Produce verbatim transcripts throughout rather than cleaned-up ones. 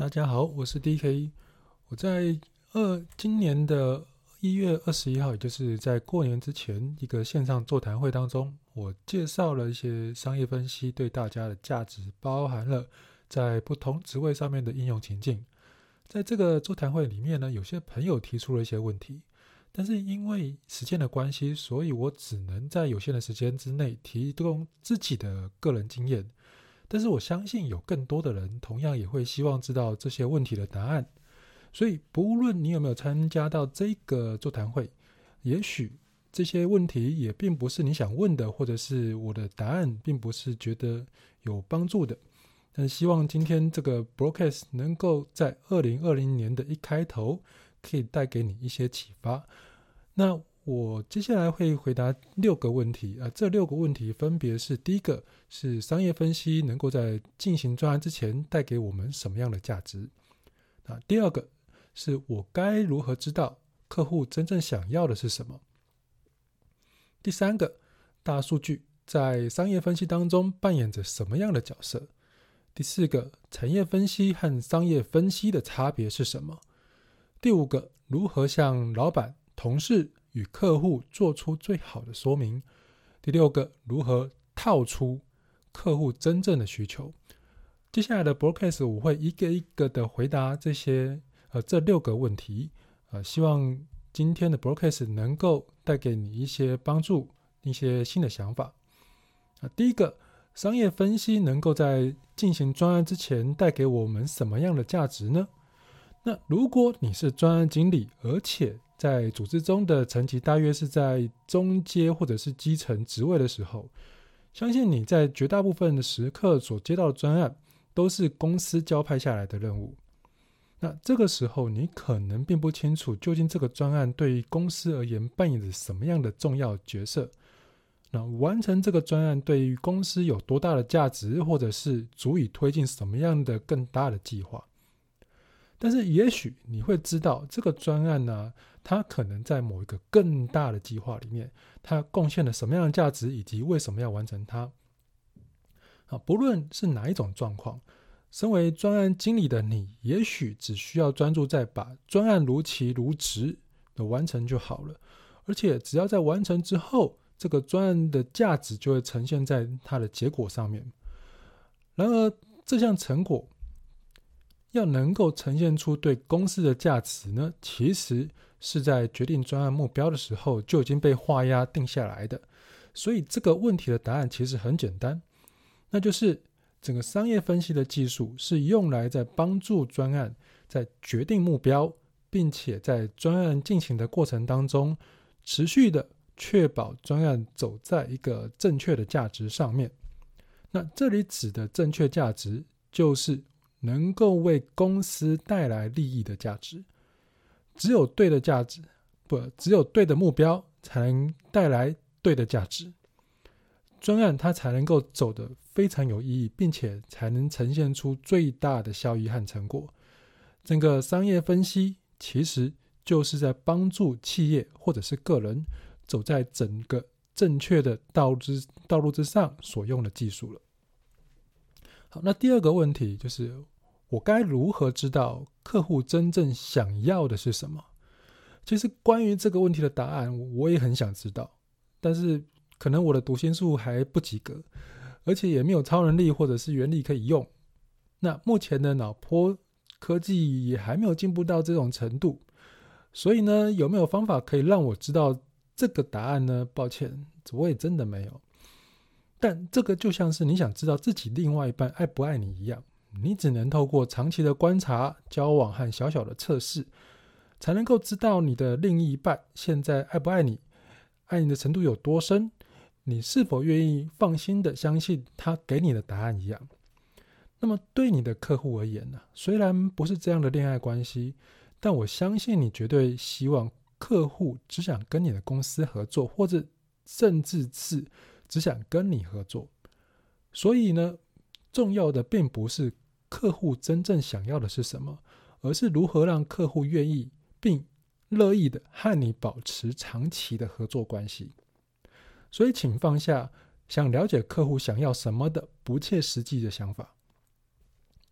大家好，我是 D K。我在二今年的一月二十一号，也就是在过年之前一个线上座谈会当中，我介绍了一些商业分析对大家的价值，包含了在不同职位上面的应用情境。在这个座谈会里面呢，有些朋友提出了一些问题，但是因为时间的关系，所以我只能在有限的时间之内提供自己的个人经验。但是我相信有更多的人同样也会希望知道这些问题的答案，所以不论你有没有参加到这个座谈会，也许这些问题也并不是你想问的，或者是我的答案并不是觉得有帮助的，但希望今天这个 broadcast 能够在二零二零年的一开头可以带给你一些启发。那我接下来会回答六个问题、呃、这六个问题分别是：第一个是商业分析能够在进行专案之前带给我们什么样的价值、啊、第二个是我该如何知道客户真正想要的是什么。第三个，大数据在商业分析当中扮演着什么样的角色。第四个，产业分析和商业分析的差别是什么。第五个，如何向老板、同事与客户做出最好的说明。第六个，如何套出客户真正的需求。接下来的 broadcast 我会一个一个的回答这些呃这六个问题，呃，希望今天的 broadcast 能够带给你一些帮助，一些新的想法。呃、第一个，商业分析能够在进行专案之前带给我们什么样的价值呢？那如果你是专案经理，而且在组织中的层级大约是在中阶或者是基层职位的时候，相信你在绝大部分的时刻所接到的专案都是公司交派下来的任务。那这个时候你可能并不清楚究竟这个专案对于公司而言扮演着什么样的重要角色，那完成这个专案对于公司有多大的价值，或者是足以推进什么样的更大的计划。但是也许你会知道这个专案呢，它可能在某一个更大的计划里面，它贡献了什么样的价值，以及为什么要完成它。不论是哪一种状况，身为专案经理的你，也许只需要专注在把专案如期如职的完成就好了，而且只要在完成之后，这个专案的价值就会呈现在它的结果上面。然而这项成果要能够呈现出对公司的价值呢，其实是在决定专案目标的时候就已经被画押定下来的。所以这个问题的答案其实很简单，那就是整个商业分析的技术是用来在帮助专案在决定目标，并且在专案进行的过程当中持续的确保专案走在一个正确的价值上面。那这里指的正确价值就是能够为公司带来利益的价值。只有对的价值，不，只有对的目标才能带来对的价值，专案它才能够走得非常有意义，并且才能呈现出最大的效益和成果。整个商业分析其实就是在帮助企业或者是个人走在整个正确的道路之道路之上所用的技术了。好，那第二个问题就是我该如何知道客户真正想要的是什么？其实关于这个问题的答案我也很想知道，但是可能我的读心术还不及格，而且也没有超能力或者是原理可以用。那目前的脑波科技也还没有进步到这种程度，所以呢，有没有方法可以让我知道这个答案呢？抱歉，我也真的没有。但这个就像是你想知道自己另外一半爱不爱你一样，你只能透过长期的观察、交往和小小的测试，才能够知道你的另一半现在爱不爱你，爱你的程度有多深，你是否愿意放心的相信他给你的答案一样。那么对你的客户而言呢，虽然不是这样的恋爱关系，但我相信你绝对希望客户只想跟你的公司合作，或者甚至是只想跟你合作。所以呢，重要的并不是客户真正想要的是什么，而是如何让客户愿意并乐意的和你保持长期的合作关系。所以请放下想了解客户想要什么的不切实际的想法，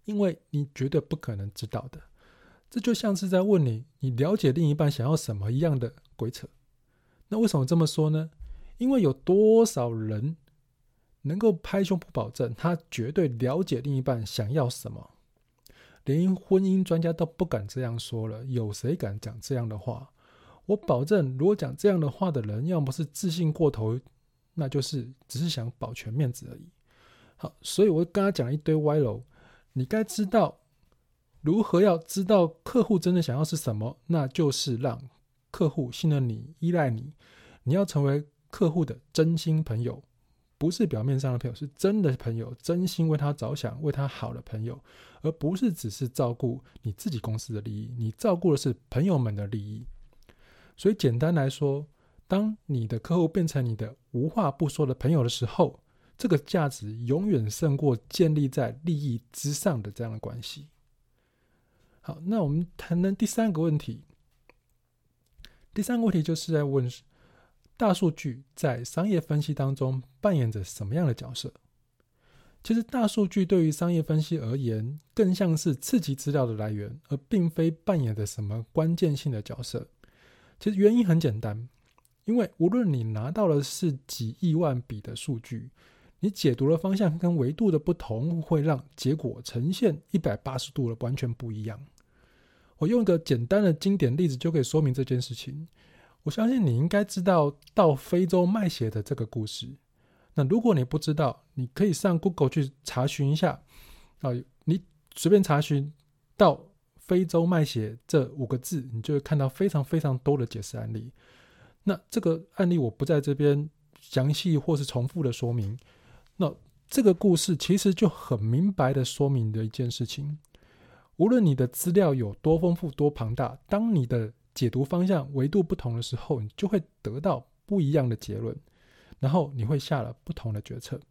因为你绝对不可能知道的。这就像是在问你，你了解另一半想要什么一样的鬼扯。那为什么这么说呢？因为有多少人能够拍胸脯保证他绝对了解另一半想要什么？连婚姻专家都不敢这样说了，有谁敢讲这样的话？我保证，如果讲这样的话的人，要么是自信过头，那就是只是想保全面子而已。好，所以我刚刚讲了一堆歪楼，你该知道如何要知道客户真的想要是什么，那就是让客户信任你、依赖你。你要成为客户的真心朋友，不是表面上的朋友，是真的朋友，真心为他着想、为他好的朋友，而不是只是照顾你自己公司的利益，你照顾的是朋友们的利益。所以简单来说，当你的客户变成你的无话不说的朋友的时候，这个价值永远胜过建立在利益之上的这样的关系。好，那我们谈谈第三个问题。第三个问题就是在问大数据在商业分析当中扮演着什么样的角色？其实大数据对于商业分析而言，更像是刺激资料的来源，而并非扮演着什么关键性的角色。其实原因很简单，因为无论你拿到的是几亿万笔的数据，你解读的方向跟维度的不同，会让结果呈现一百八十度的完全不一样。我用一个简单的经典例子就可以说明这件事情。我相信你应该知道到非洲卖血的这个故事。那如果你不知道，你可以上 Google 去查询一下，啊，你随便查询到非洲卖血这五个字，你就会看到非常非常多的解释案例。那这个案例我不在这边详细或是重复的说明。那这个故事其实就很明白的说明的一件事情，无论你的资料有多丰富多庞大，当你的解读方向维度不同的时候，你就会得到不一样的结论，然后你会下了不同的决策。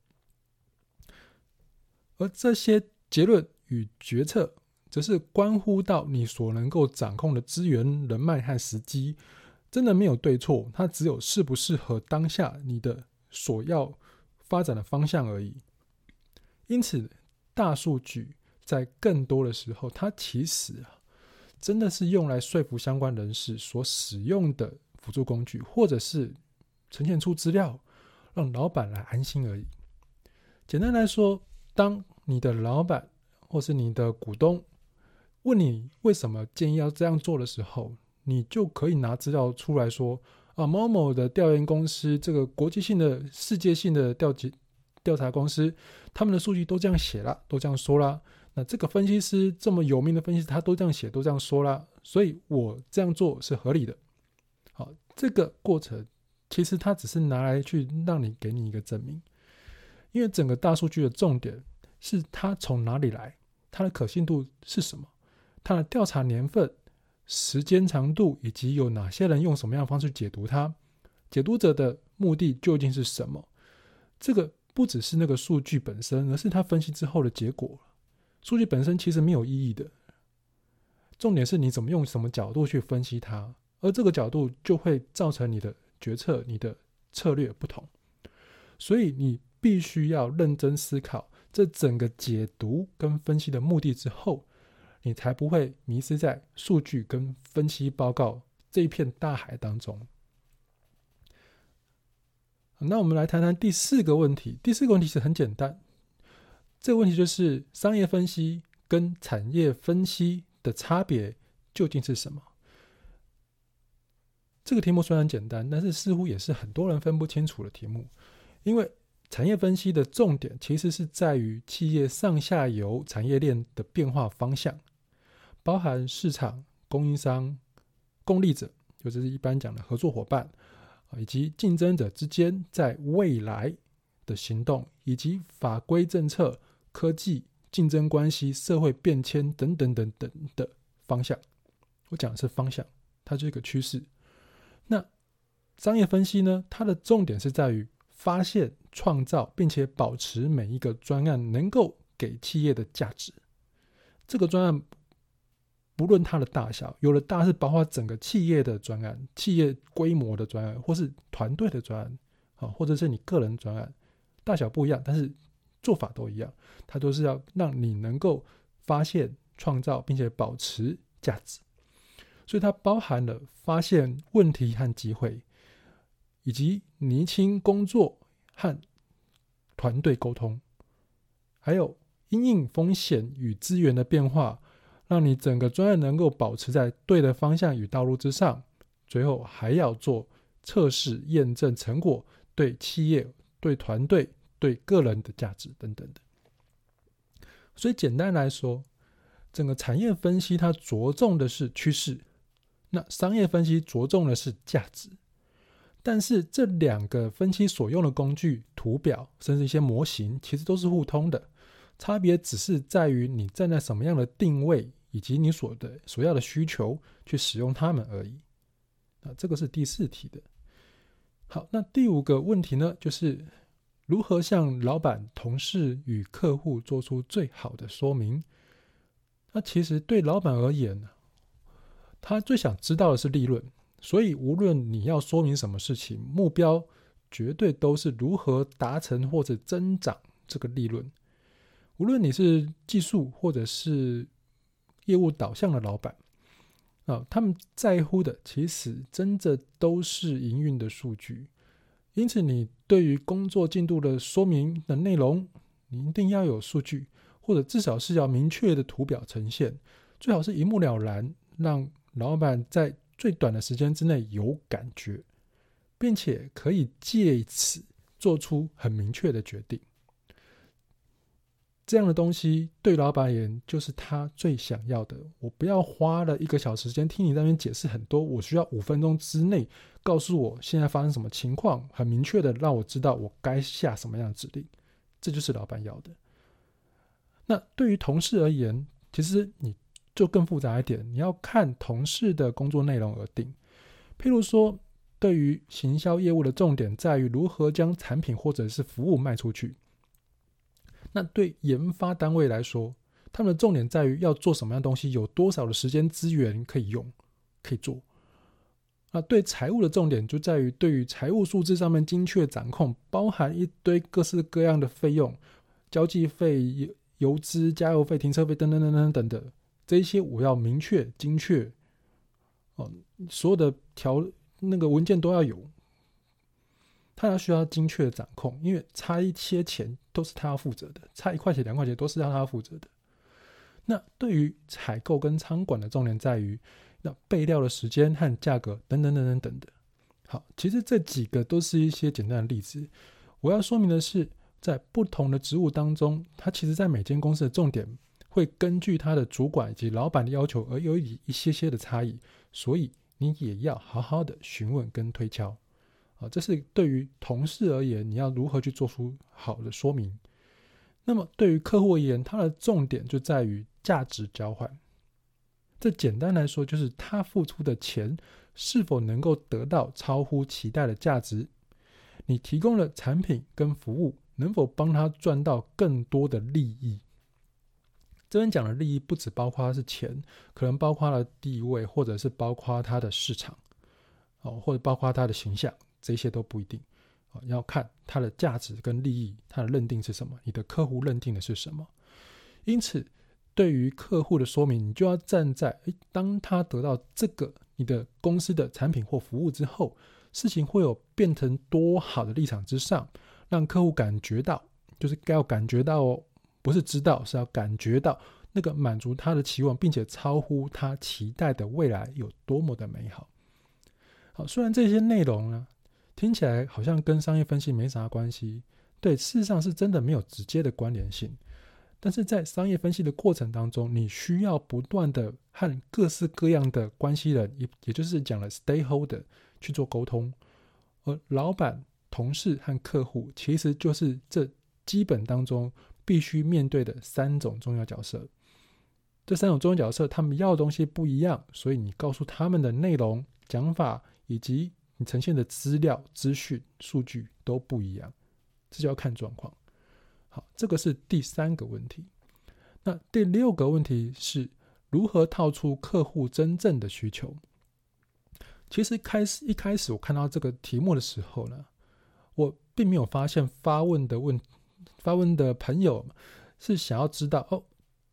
而这些结论与决策则是关乎到你所能够掌控的资源、人脉和时机，真的没有对错，它只有适不适合当下你的所要发展的方向而已。因此大数据在更多的时候，它其实啊真的是用来说服相关人士所使用的辅助工具，或者是呈现出资料让老板来安心而已。简单来说，当你的老板或是你的股东问你为什么建议要这样做的时候，你就可以拿资料出来说啊，某某的调研公司，这个国际性的世界性的调调查公司，他们的数据都这样写啦，都这样说啦，那这个分析师这么有名的分析师，他都这样写，都这样说啦，所以我这样做是合理的。好，这个过程其实它只是拿来去让你给你一个证明，因为整个大数据的重点是它从哪里来，它的可信度是什么，它的调查年份、时间长度，以及有哪些人用什么样的方式解读它，解读者的目的究竟是什么。这个不只是那个数据本身，而是它分析之后的结果。数据本身其实没有意义的，重点是你怎么用什么角度去分析它，而这个角度就会造成你的决策、你的策略不同。所以你必须要认真思考这整个解读跟分析的目的之后，你才不会迷失在数据跟分析报告这一片大海当中。那我们来谈谈第四个问题。第四个问题是很简单，这个问题就是商业分析跟产业分析的差别究竟是什么？这个题目虽然简单，但是似乎也是很多人分不清楚的题目。因为产业分析的重点其实是在于企业上下游产业链的变化方向，包含市场、供应商、共利者，就是一般讲的合作伙伴，以及竞争者之间在未来的行动，以及法规政策、科技、竞争关系、社会变迁等等等等的方向。我讲的是方向，它就是一个趋势。那商业分析呢，它的重点是在于发现、创造并且保持每一个专案能够给企业的价值。这个专案不论它的大小，有的大是包括整个企业的专案、企业规模的专案，或是团队的专案，或者是你个人专案，大小不一样，但是做法都一样，它都是要让你能够发现、创造并且保持价值。所以它包含了发现问题和机会，以及厘清工作和团队沟通，还有因应风险与资源的变化，让你整个专案能够保持在对的方向与道路之上。最后还要做测试验证成果对企业、对团队、对个人的价值等等的。所以简单来说，整个产业分析它着重的是趋势，那商业分析着重的是价值。但是这两个分析所用的工具、图表甚至一些模型其实都是互通的，差别只是在于你站在什么样的定位以及你所的所要的需求去使用它们而已。啊，这个是第四题的。好，那第五个问题呢，就是如何向老板、同事与客户做出最好的说明。那其实对老板而言，他最想知道的是利润，所以无论你要说明什么事情，目标绝对都是如何达成或者增长这个利润。无论你是技术或者是业务导向的老板，啊，他们在乎的其实真的都是营运的数据。因此你对于工作进度的说明的内容，你一定要有数据，或者至少是要明确的图表呈现，最好是一目了然，让老板在最短的时间之内有感觉，并且可以借此做出很明确的决定。这样的东西对老板而言就是他最想要的。我不要花了一个小时时间听你在那边解释很多，我需要五分钟之内告诉我现在发生什么情况，很明确的让我知道我该下什么样的指令。这就是老板要的。那对于同事而言，其实你就更复杂一点，你要看同事的工作内容而定。譬如说，对于行销业务的重点在于如何将产品或者是服务卖出去。那对研发单位来说，他们的重点在于要做什么样的东西，有多少的时间资源可以用可以做。那对财务的重点就在于对于财务数字上面精确掌控，包含一堆各式各样的费用，交际费、油资、加油费、停车费等等等等等的，这一些我要明确精确、哦、所有的条那个文件都要有，他要需要精确的掌控，因为差一些钱都是他要负责的，差一块钱两块钱都是要他要负责的。那对于采购跟仓管的重点在于那备料的时间和价格等等等等等的。好，其实这几个都是一些简单的例子。我要说明的是，在不同的职务当中，它其实在每间公司的重点会根据他的主管以及老板的要求而有一些些的差异，所以你也要好好的询问跟推敲。啊，这是对于同事而言，你要如何去做出好的说明。那么对于客户而言，它的重点就在于价值交换。这简单来说，就是他付出的钱是否能够得到超乎期待的价值。你提供了产品跟服务，能否帮他赚到更多的利益？这边讲的利益不只包括是钱，可能包括了地位，或者是包括他的市场，或者包括他的形象，这些都不一定。要看他的价值跟利益，他的认定是什么，你的客户认定的是什么。因此对于客户的说明，你就要站在当他得到这个你的公司的产品或服务之后，事情会有变成多好的立场之上，让客户感觉到，就是要感觉到哦，不是知道，是要感觉到那个满足他的期望并且超乎他期待的未来有多么的美好。好，虽然这些内容呢听起来好像跟商业分析没啥关系，对，事实上是真的没有直接的关联性。但是在商业分析的过程当中，你需要不断的和各式各样的关系人，也也就是讲了 stakeholder 去做沟通。而老板、同事和客户其实就是这基本当中必须面对的三种重要角色。这三种重要角色他们要的东西不一样，所以你告诉他们的内容、讲法以及你呈现的资料、资讯、数据都不一样，这就要看状况。好，这个是第三个问题。那第六个问题是如何套出客户真正的需求。其实开始一开始我看到这个题目的时候呢，我并没有发现发问的问发问的朋友是想要知道哦，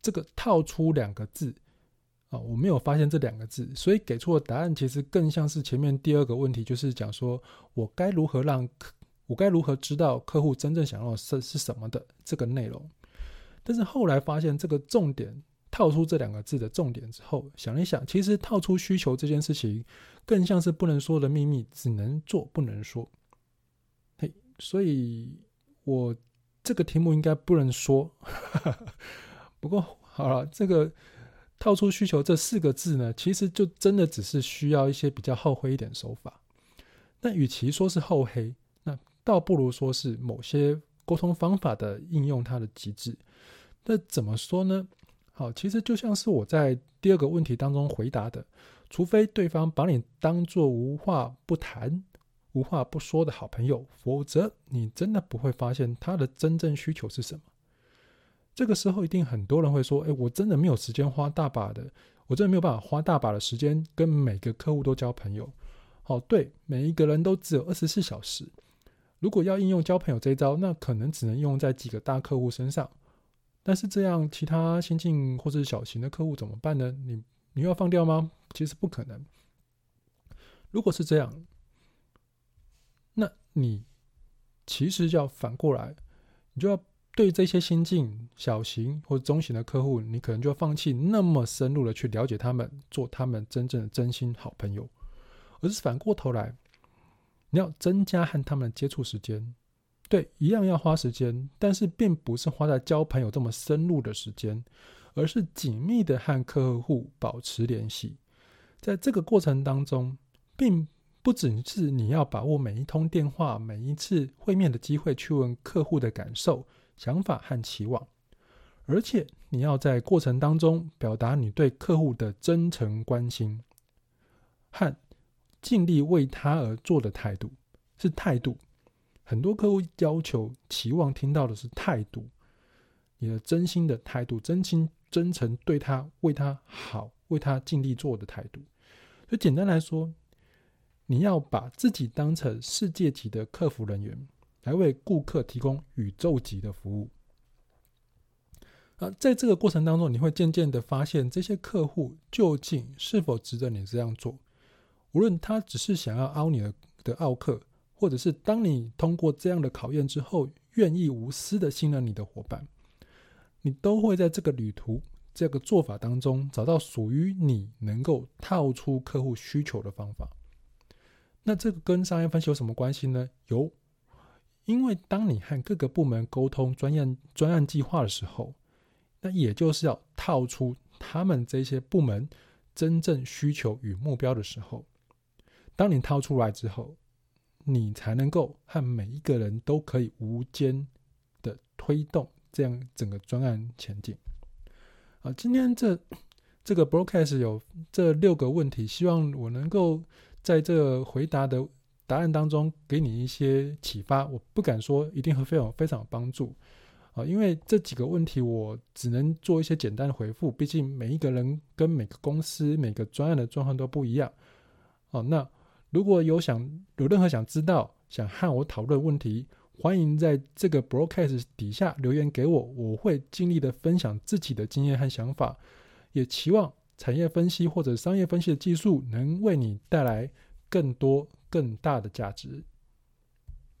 这个套出两个字啊，我没有发现这两个字，所以给出的答案其实更像是前面第二个问题，就是讲说我该如何让我该如何知道客户真正想要的是是什么的这个内容。但是后来发现这个重点套出这两个字的重点之后，想一想，其实套出需求这件事情更像是不能说的秘密，只能做不能说。嘿，所以我这个题目应该不能说不过好了，这个套出需求这四个字呢，其实就真的只是需要一些比较厚黑一点手法。那与其说是厚黑，那倒不如说是某些沟通方法的应用它的极致。那怎么说呢？好，其实就像是我在第二个问题当中回答的，除非对方把你当作无话不谈、无话不说的好朋友，否则你真的不会发现他的真正需求是什么。这个时候一定很多人会说，哎，我真的没有时间花大把的，我真的没有办法花大把的时间跟每个客户都交朋友。好，对，每一个人都只有二十四小时。如果要应用交朋友这一招，那可能只能用在几个大客户身上。但是这样其他新进或是小型的客户怎么办呢？你你要放掉吗？其实不可能。如果是这样，那你其实就要反过来，你就要对这些新进、小型或中型的客户，你可能就要放弃那么深入的去了解他们，做他们真正的真心好朋友，而是反过头来，你要增加和他们的接触时间。对，一样要花时间，但是并不是花在交朋友这么深入的时间，而是紧密的和客户保持联系。在这个过程当中，并不只是你要把握每一通电话、每一次会面的机会去问客户的感受、想法和期望，而且你要在过程当中表达你对客户的真诚关心和尽力为他而做的态度，是态度。很多客户要求、期望听到的是态度，你的真心的态度，真心真诚对他、为他好、为他尽力做的态度。所以简单来说，你要把自己当成世界级的客服人员，来为顾客提供宇宙级的服务。啊，在这个过程当中，你会渐渐的发现这些客户究竟是否值得你这样做。无论他只是想要凹你的的奥客，或者是当你通过这样的考验之后，愿意无私的信任你的伙伴，你都会在这个旅途、这个做法当中找到属于你能够套出客户需求的方法。那这个跟商业分析有什么关系呢？有，因为当你和各个部门沟通专案专案计划的时候，那也就是要套出他们这些部门真正需求与目标的时候，当你套出来之后，你才能够和每一个人都可以无间的推动这样整个专案前进。好，今天这这个 broadcast 有这六个问题，希望我能够在这个回答的答案当中给你一些启发。我不敢说一定会非常非常有帮助，因为这几个问题我只能做一些简单的回复，毕竟每一个人跟每个公司每个专案的状况都不一样。那如果有想有任何想知道想和我讨论问题，欢迎在这个 broadcast 底下留言给我，我会尽力的分享自己的经验和想法，也期望产业分析或者商业分析的技术能为你带来更多更大的价值。